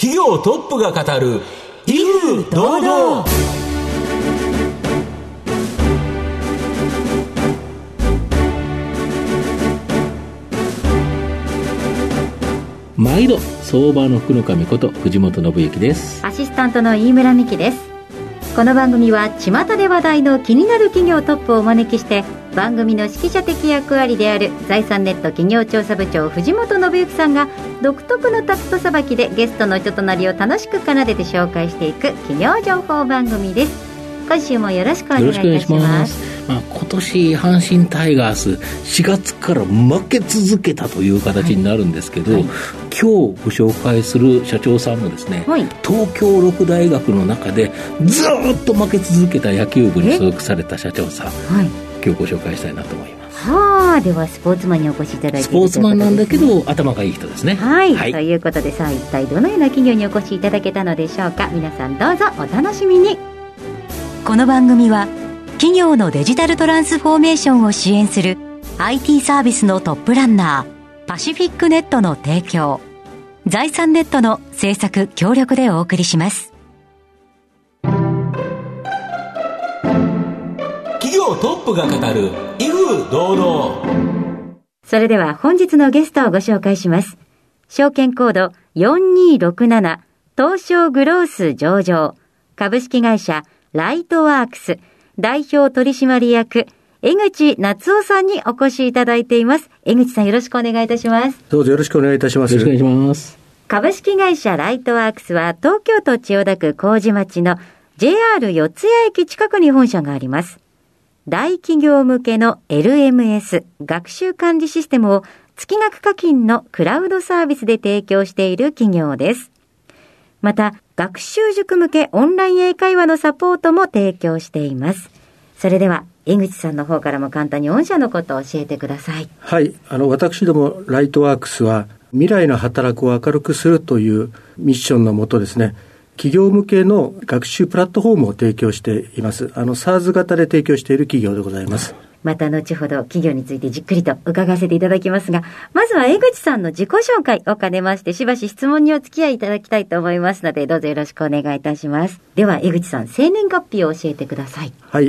企業トップが語る威風堂々。 毎度相場の福の神こと藤本信之です。 アシスタントの飯村美希です。この番組は巷で話題の気になる企業トップをお招きして、番組の指揮者的役割である財産ネット企業調査部長藤本信之さんが独特のタクトさばきでゲストの人となりを楽しく奏でて紹介していく企業情報番組です。今週もよろしくお願いいたします。 今年阪神タイガース4月から負け続けたという形になるんですけど、今日ご紹介する社長さんもですね、東京六大学の中でずっと負け続けた野球部に所属された社長さん、今日ご紹介したいなと思います。 ではスポーツマンにお越しいただいているということですね。 スポーツマンなんだけど頭がいい人ですね。 ということで、さあ一体どのような企業にお越しいただけたのでしょうか。皆さんどうぞお楽しみに。 この番組は企業のデジタルトランスフォーメーションを支援する IT サービスのトップランナーパシフィックネットの提供、財産ネットの制作協力でお送りします。 企業トップが語る威風堂々。 それでは本日のゲストをご紹介します。証券コード4267東証グロース上場株式会社ライトワークス代表取締役江口夏夫さんにお越しいただいています。江口さん、よろしくお願いいたします。 どうぞよろしくお願いいたします。 よろしくお願いします。 株式会社ライトワークスは東京都千代田区麹町の JR 四ツ谷駅近くに本社があります。大企業向けの LMS 学習管理システムを月額課金のクラウドサービスで提供している企業です。また学習塾向けオンライン英会話のサポートも提供しています。それでは江口さんの方からも簡単に御社のことを教えてください。 私どもライトワークスは未来の働くを明るくするというミッションのもとですね、企業向けの学習プラットフォームを提供しています。SaaS 型で提供している企業でございます。 また後ほど企業についてじっくりと伺わせていただきますが、まずは江口さんの自己紹介を兼ねまして、しばし質問にお付き合いいただきたいと思いますので、どうぞよろしくお願いいたします。では江口さん、生年月日を教えてください。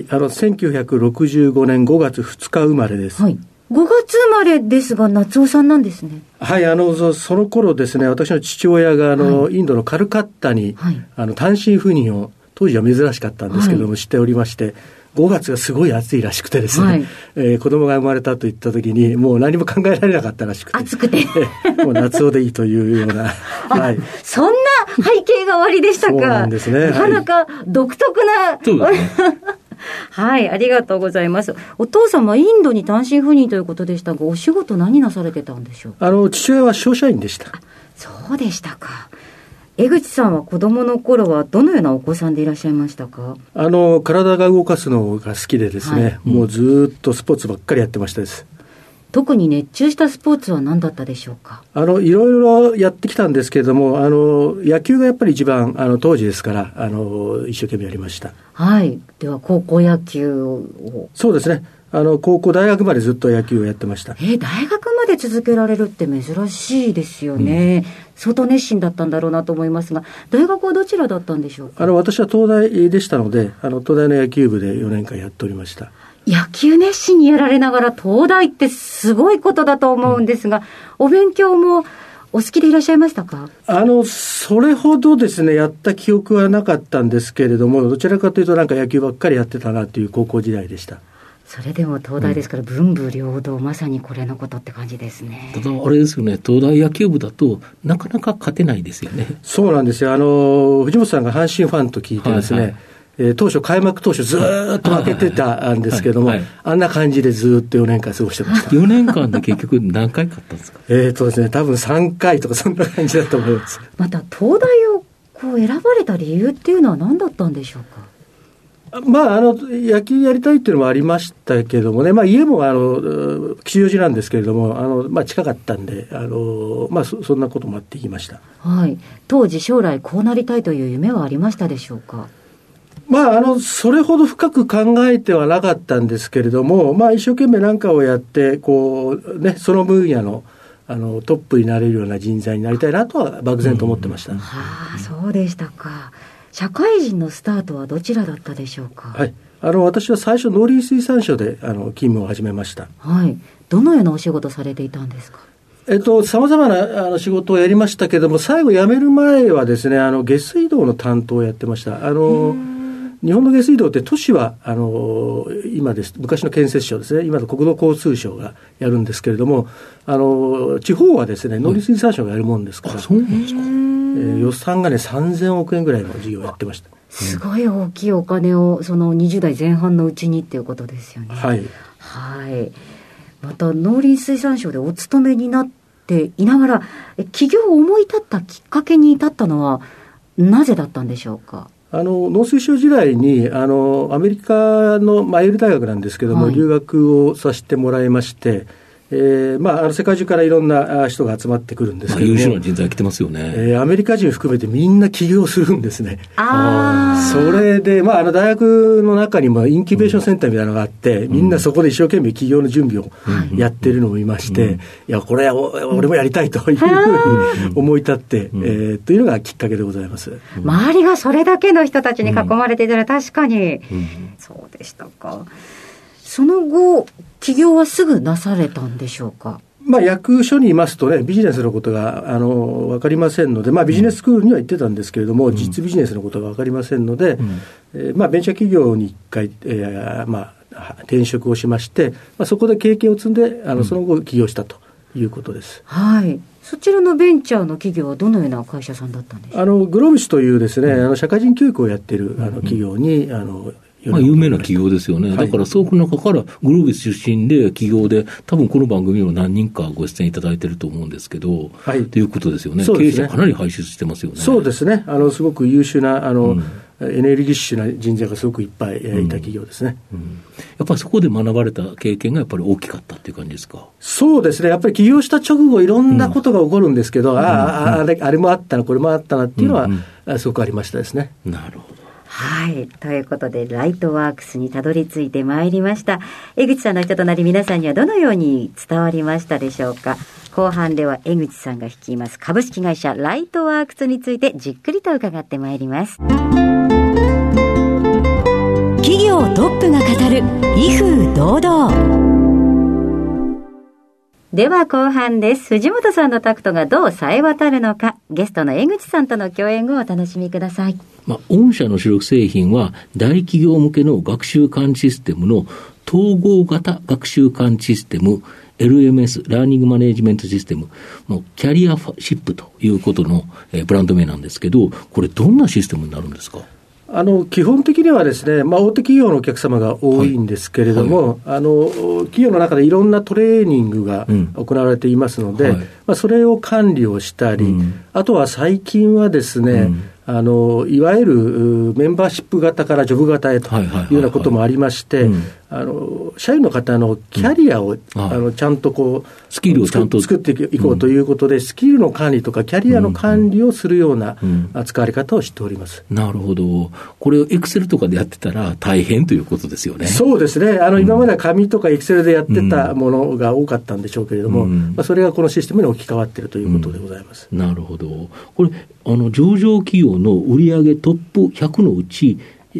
1965年5月2日生まれです。 5月生まれですが夏夫さんなんですね。 その頃ですね、私の父親がインドのカルカッタに、単身赴任を当時は珍しかったんですけども、しておりまして、5月がすごい暑いらしくてですね、子供が生まれたといった時にもう何も考えられなかったらしくて、 暑くてもう夏男でいいというようなそんな背景がおありでしたか。 そうなんですね。 なかなか独特なありがとうございます。お父様はインドに単身赴任ということでしたが、お仕事何なされてたんでしょう。 父親は商社員でした。 そうでしたか。江口さんは子供の頃はどのようなお子さんでいらっしゃいましたか。 体が動かすのが好きでですね、もうずっとスポーツばっかりやってましたです。 特に熱中したスポーツは何だったでしょうか。 いろいろやってきたんですけれども、野球がやっぱり一番当時ですから一生懸命やりました。 では高校野球を。 そうですね、高校大学までずっと野球をやってました。 大学まで続けられるって珍しいですよね。相当熱心だったんだろうなと思いますが、大学はどちらだったんでしょうか。 私は東大でしたので、東大の野球部で4年間やっておりました。 野球熱心にやられながら東大ってすごいことだと思うんですが、お勉強もお好きでいらっしゃいましたか。 それほどですねやった記憶はなかったんですけれども、どちらかというと野球ばっかりやってたなという高校時代でした。 それでも東大ですから文武両道、まさにこれのことって感じですね。 ただあれですよね、東大野球部だとなかなか勝てないですよね。 そうなんですよ。藤本さんが阪神ファンと聞いてですね、当初開幕当初ずっと負けてたんですけども、あんな感じでずっと4年間過ごしてました。 4年間で結局何回勝ったんですか。 ですね、多分3回とかそんな感じだと思います。 また東大を選ばれた理由っていうのは何だったんでしょうか。 野球やりたいっていうのもありましたけどもね、家も吉祥寺なんですけれども近かったんでそんなこともあって言いました。 当時将来こうなりたいという夢はありましたでしょうか。 それほど深く考えてはなかったんですけれども、一生懸命何かをやってその分野のトップになれるような人材になりたいなとは漠然と思ってました。 そうでしたか。社会人のスタートはどちらだったでしょうか。 はい、私は最初農林水産省で勤務を始めました。 はい。どのようなお仕事されていたんですか。 様々な仕事をやりましたけども、最後辞める前はですね、下水道の担当をやってました。日本の下水道って都市は今です昔の建設省ですね、今の国土交通省がやるんですけれども、地方はですね農林水産省がやるもんですから、 そうなんですか。 予算がね3000億円ぐらいの事業をやってました。 すごい大きいお金をその20代前半のうちにっていうことですよね。 はい、 はい。また農林水産省でお勤めになっていながら起業を思い立ったきっかけに至ったのはなぜだったんでしょうか。 農水省時代にアメリカの、エール大学なんですけども、留学をさせてもらいまして、世界中からいろんな人が集まってくるんですけども、 優秀な人材来てますよね。 アメリカ人含めてみんな起業するんですね。それで、大学の中にもインキュベーションセンターみたいなのがあって、みんなそこで一生懸命起業の準備をやってるのを見まして、いやこれは俺もやりたいというふうに思い立って、というのがきっかけでございます。 周りがそれだけの人たちに囲まれていたら確かに、そうでしたか。その後起業はすぐなされたんでしょうか。 役所にいますとね、ビジネスのことが分かりませんので、ビジネススクールには行ってたんですけれども、実ビジネスのことが分かりませんので、ベンチャー企業に一回、転職をしまして、そこで経験を積んでその後起業したということです。 はい。そちらのベンチャーの企業はどのような会社さんだったんでしょうか。 グロービスというですね、社会人教育をやっている企業に有名な企業ですよね。だからその中からグロービス出身で企業で多分この番組にも何人かご出演いただいていると思うんですけど、ということですよね。経営者かなり輩出してますよね。 そうですね。すごく優秀なエネルギッシュな人材がすごくいっぱいいた企業ですね。 やっぱりそこで学ばれた経験がやっぱり大きかったっていう感じですか。 そうですね。やっぱり起業した直後いろんなことが起こるんですけど、あれもあったなこれもあったなっていうのは、すごくありましたですね。 なるほど。 はい。ということで、ライトワークスにたどり着いてまいりました。江口さんの人となり、皆さんにはどのように伝わりましたでしょうか。後半では江口さんが率います株式会社ライトワークスについてじっくりと伺ってまいります。 企業トップが語る威風堂々。 では後半です。藤本さんのタクトがどう冴え渡るのか、ゲストの江口さんとの共演をお楽しみください。 御社の主力製品は大企業向けの学習管理システムの統合型学習管理システム LMS ラーニングマネジメントシステムのキャリアシップということのブランド名なんですけど、これどんなシステムになるんですか。 基本的にはですね、大手企業のお客様が多いんですけれども、企業の中でいろんなトレーニングが行われていますので、それを管理をしたり、あとは最近はですね、いわゆるメンバーシップ型からジョブ型へというようなこともありまして、社員の方のキャリアを、ちゃんとスキルをちゃんと作っていこうということで、スキルの管理とかキャリアの管理をするような使われ方をしております。 なるほど。これをエクセルとかでやってたら大変ということですよね。 そうですね。今までは紙とかエクセルでやってたものが多かったんでしょうけれども、それがこのシステムに置き換わっているということでございます。 なるほど。これ上場企業の売上トップ100のうち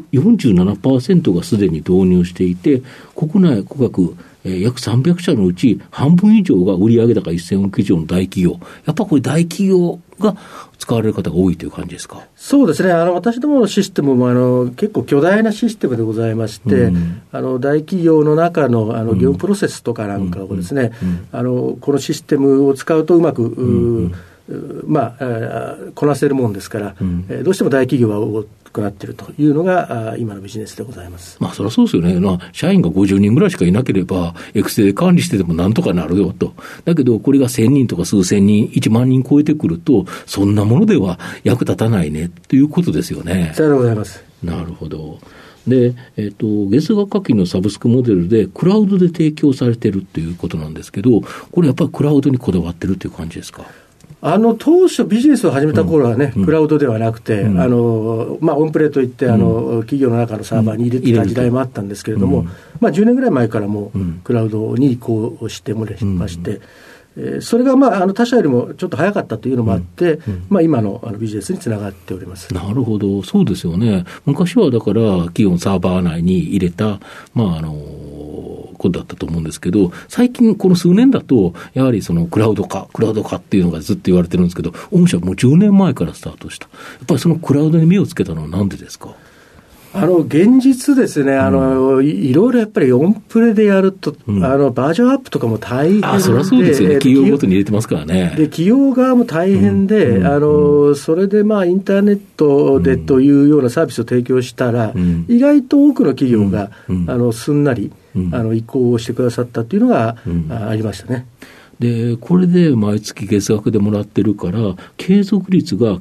47% がすでに導入していて、国内顧客約300社のうち半分以上が売上高1000億以上の大企業。やっぱこれ大企業が使われる方が多いという感じですか。 そうですね。私どものシステムも結構巨大なシステムでございまして、大企業の中の業務プロセスとかなんかをですね、このシステムを使うとうまくこなせるもんですから、どうしても大企業は多くなっているというのが今のビジネスでございます。 そりゃそうですよね。社員が50人ぐらいしかいなければエクセルで管理しててもなんとかなるよと。だけどこれが1000人とか数千人1万人超えてくるとそんなものでは役立たないねということですよね。 さようでございます。 なるほど。で、月額課金のサブスクモデルでクラウドで提供されているということなんですけど、これやっぱりクラウドにこだわってるという感じですか。 当初ビジネスを始めた頃はね、クラウドではなくて、オンプレといって、企業の中のサーバーに入れてた時代もあったんですけれども、10年ぐらい前からもうクラウドに移行してもらいまして、 それが他社よりもちょっと早かったというのもあって、今のビジネスにつながっております。 なるほど、そうですよね。昔はだから企業のサーバー内に入れた、ことだったと思うんですけど、最近この数年だとやはりそのクラウド化っていうのがずっと言われてるんですけど、御社もう10年前からスタートした。やっぱりそのクラウドに目をつけたのはなんでですか？ 現実ですね、いろいろやっぱりオンプレでやると、バージョンアップとかも大変で、 そりゃそうですよね、企業ごとに入れてますからね。 で、企業側も大変で、それでインターネットでというようなサービスを提供したら、意外と多くの企業が、すんなり、移行をしてくださったというのが、ありましたね。 で、これで毎月月額でもらってるから、継続率が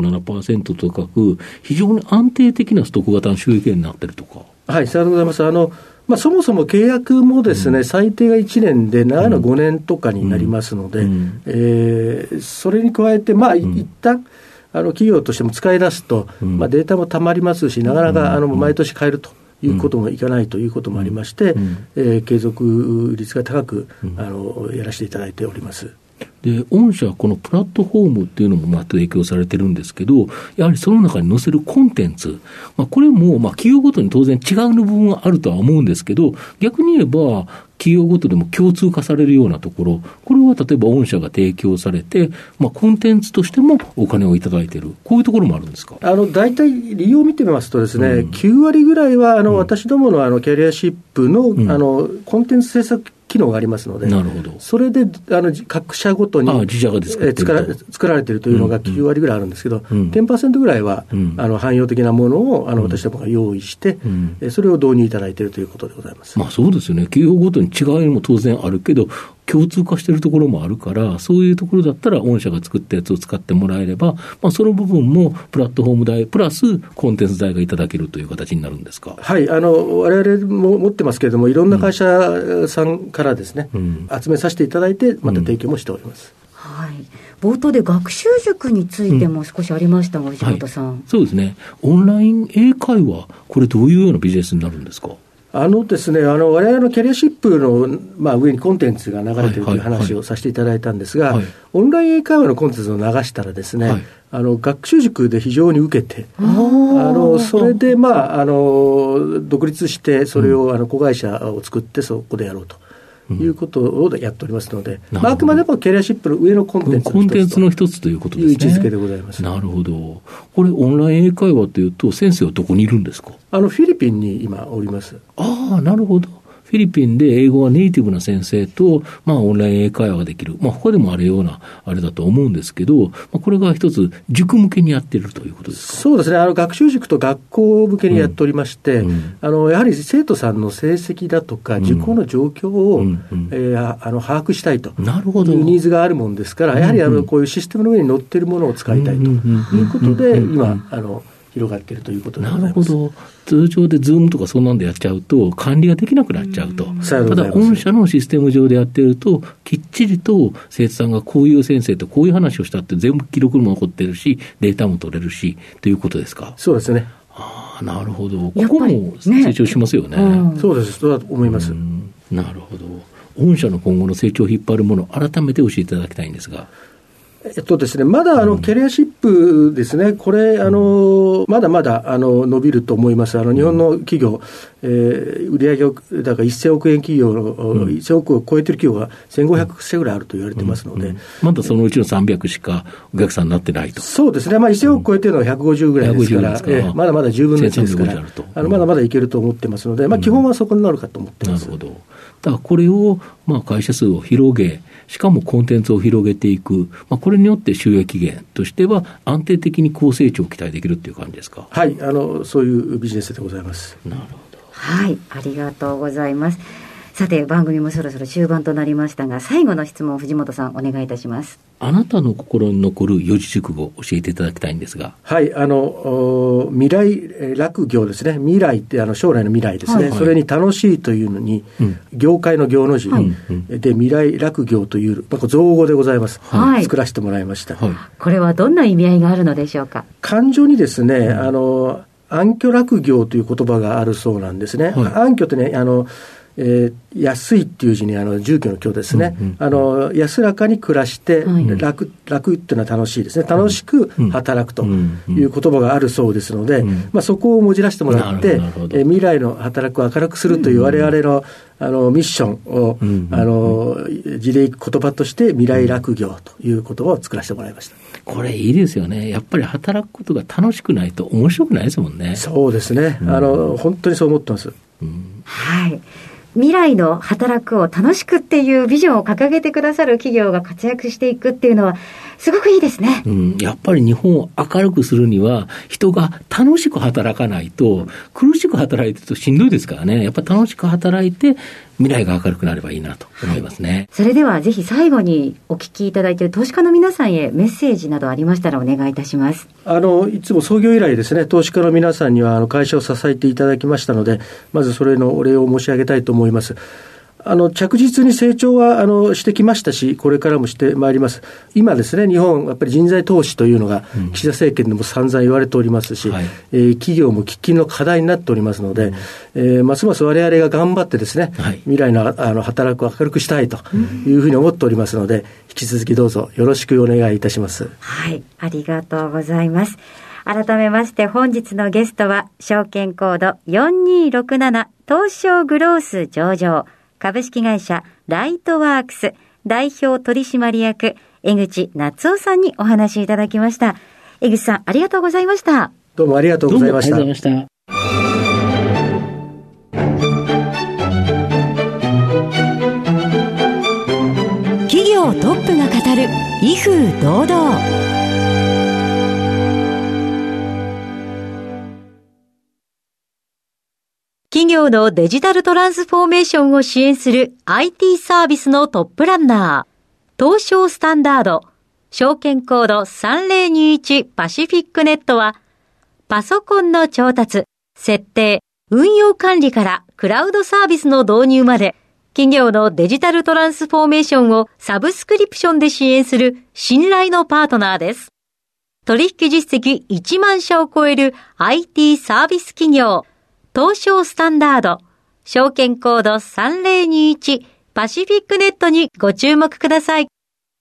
97% と高く、非常に安定的なストック型の収益源になってるとか。 はい、さようでございます。そもそも契約もですね、最低が1年で長いのは5年とかになりますので、それに加えて、一旦企業としても使い出すと、データもたまりますし、なかなか毎年変えるということもいかないということもありまして、継続率が高くやらせていただいております。 で、御社はこのプラットフォームっていうのも提供されてるんですけど、やはりその中に載せるコンテンツ、これも企業ごとに当然違う部分はあるとは思うんですけど、逆に言えば企業ごとでも共通化されるようなところ、これは例えば御社が提供されて、コンテンツとしてもお金をいただいている、こういうところもあるんですか？ 大体利用を見てみますとですね、9割ぐらいは私どものキャリアシップの、コンテンツ制作機能がありますので、 なるほど。 それで各社ごとに自社が作られているというのが9割ぐらいあるんですけど、10% ぐらいは汎用的なものを私どもが用意して、それを導入いただいているということでございます。 そうですよね。企業ごとに違いも当然あるけど、共通化しているところもあるから、そういうところだったら御社が作ったやつを使ってもらえれば、その部分もプラットフォーム代プラスコンテンツ代がいただけるという形になるんですか？はい、 我々も持ってますけれども、いろんな会社さんからですね、集めさせていただいて、また提供もしております。 はい、冒頭で学習塾についても少しありましたが、藤本さん。 そうですね。オンライン英会話、これどういうようなビジネスになるんですか？ ですね、我々のキャリアシップの、上にコンテンツが流れているという話をさせていただいたんですが、オンライン英会話のコンテンツを流したらですね、学習塾で非常に受けて、それで、独立して、それを子会社を作ってそこでやろうということをやっておりますので、あくまでもキャリアシップの上のコンテンツの一つということですね。いう位置づけでございます。 なるほど。これオンライン英会話というと、先生はどこにいるんですか？ フィリピンに今おります。 なるほど。フィリピンで英語がネイティブな先生と、オンライン英会話ができる。他でもあるような、あれだと思うんですけど、これが一つ、塾向けにやってるということですか？ そうですね。学習塾と学校向けにやっておりまして、やはり生徒さんの成績だとか、受講の状況を、把握したいというニーズがあるもんですから、やはりこういうシステムの上に載っているものを使いたいということで、今、広がっているということでございます。 なるほど。通常でズームとかそんなんでやっちゃうと管理ができなくなっちゃうと。ただ御社のシステム上でやってると、きっちりと生徒さんがこういう先生とこういう話をしたって全部記録も残ってるし、データも取れるしということですか？ そうですね。 なるほど。ここも成長しますよね。 そうです。そうだと思います。 なるほど。御社の今後の成長を引っ張るものを改めて教えていただきたいんですが。 ですね、まだキャリアシップですね、これ、まだまだ伸びると思います。日本の企業、売上だから1000億円企業の、1000億を超えている企業が1500社ぐらいあると言われてますので、 まだそのうちの300しかお客さんになってないと。 そうですね、1000億超えているのは150ぐらいですから、まだまだ10分の1ですから、まだまだいけると思ってますので、基本はそこになるかと思ってます。 なるほど。だからこれを、会社数を広げ、しかもコンテンツを広げていく、これによって収益源としては安定的に高成長を期待できるという感じですか？ はい、そういうビジネスでございます。 なるほど。 はい、ありがとうございます。さて、番組もそろそろ終盤となりましたが、最後の質問を藤本さんお願いいたします。 あなたの心に残る四字熟語を教えていただきたいんですが。 はい、未来楽業ですね。未来って将来の未来ですね、それに楽しいというのに、業界の業の字、で未来楽業という、造語でございます、作らせてもらいました、 これはどんな意味合いがあるのでしょうか？ 感情にですね、暗渠落業という言葉があるそうなんですね。暗渠ってね、 安いっていう字に住居の居ですね、安らかに暮らして楽っていうのは楽しいですね。楽しく働くという言葉があるそうですので、そこをもじらしてもらって、未来の働くを明るくするという我々のミッションを字でいく言葉として未来楽業という言葉を作らせてもらいました。 これいいですよね。やっぱり働くことが楽しくないと面白くないですもんね。 そうですね、本当にそう思ってます。 はい。未来の働くを楽しくっていうビジョンを掲げてくださる企業が活躍していくっていうのはすごくいいですね。 やっぱり日本を明るくするには人が楽しく働かないと、苦しく働いてるとしんどいですからね。やっぱり楽しく働いて未来が明るくなればいいなと思いますね。 それではぜひ最後にお聞きいただいている投資家の皆さんへメッセージなどありましたらお願いいたします。 いつも創業以来ですね、投資家の皆さんには会社を支えていただきましたので、まずそれのお礼を申し上げたいと思います。着実に成長はしてきましたし、これからもしてまいります。今ですね、日本やっぱり人材投資というのが岸田政権でも散々言われておりますし、企業も喫緊の課題になっておりますので、ますます我々が頑張ってですね、未来の働くを明るくしたいというふうに思っておりますので、引き続きどうぞよろしくお願いいたします。 はい、ありがとうございます。改めまして本日のゲストは証券コード4267東証グロース上場株式会社ライトワークス代表取締役江口夏夫さんにお話しいただきました。江口さん、ありがとうございました。 どうもありがとうございました。 どうもありがとうございました。 企業トップが語る威風堂々。企業のデジタルトランスフォーメーションを支援する IT サービスのトップランナー、東証スタンダード、証券コード3021パシフィックネットは、パソコンの調達、設定、運用管理からクラウドサービスの導入まで、企業のデジタルトランスフォーメーションをサブスクリプションで支援する信頼のパートナーです。取引実績1万社を超える IT サービス企業、東証スタンダード、証券コード3021パシフィックネットにご注目ください。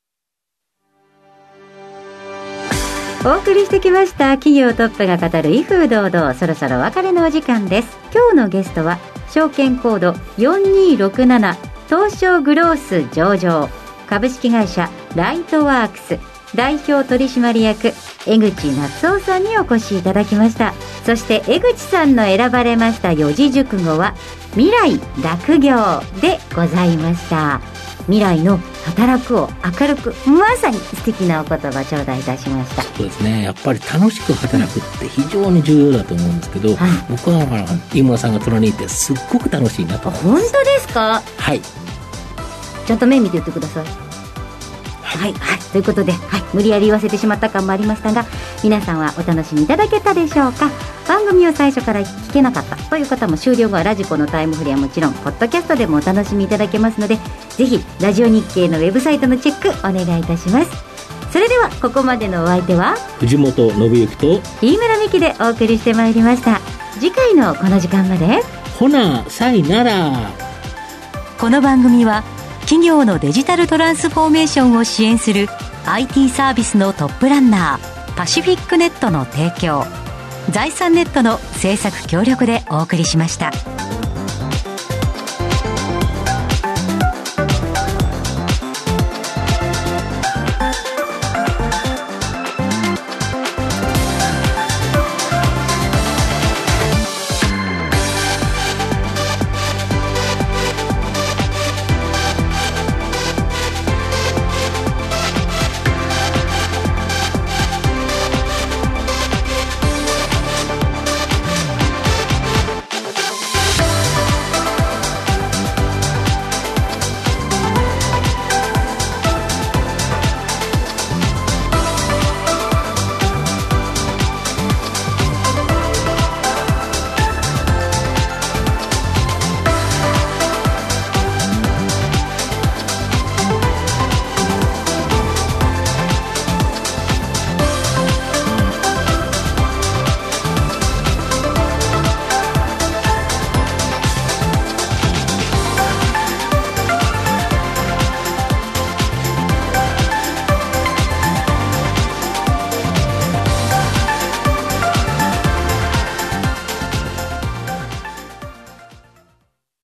お送りしてきました企業トップが語る威風堂々、そろそろお別れのお時間です。今日のゲストは証券コード4267東証グロース上場株式会社ライトワークス代表取締役江口夏夫さんにお越しいただきました。そして江口さんの選ばれました四字熟語は未来楽業でございました。未来の働くを明るく、まさに素敵なお言葉頂戴いたしました。 そうですね、やっぱり楽しく働くって非常に重要だと思うんですけど、僕は井村さんが隣にいてすっごく楽しいなと思います。 本当ですか？ はい、 ちゃんと目見て言ってください。はい、ということで、無理やり言わせてしまった感もありましたが、皆さんはお楽しみいただけたでしょうか。番組を最初から聞けなかったという方も終了後はラジコのタイムフリーはもちろんポッドキャストでもお楽しみいただけますので、ぜひラジオ日経のウェブサイトのチェックお願いいたします。それではここまでのお相手は藤本信之と飯村美希でお送りしてまいりました。次回のこの時間までほなさいなら。 この番組は企業のデジタルトランスフォーメーションを支援する IT サービスのトップランナーパシフィックネットの提供、財産ネットの制作協力でお送りしました。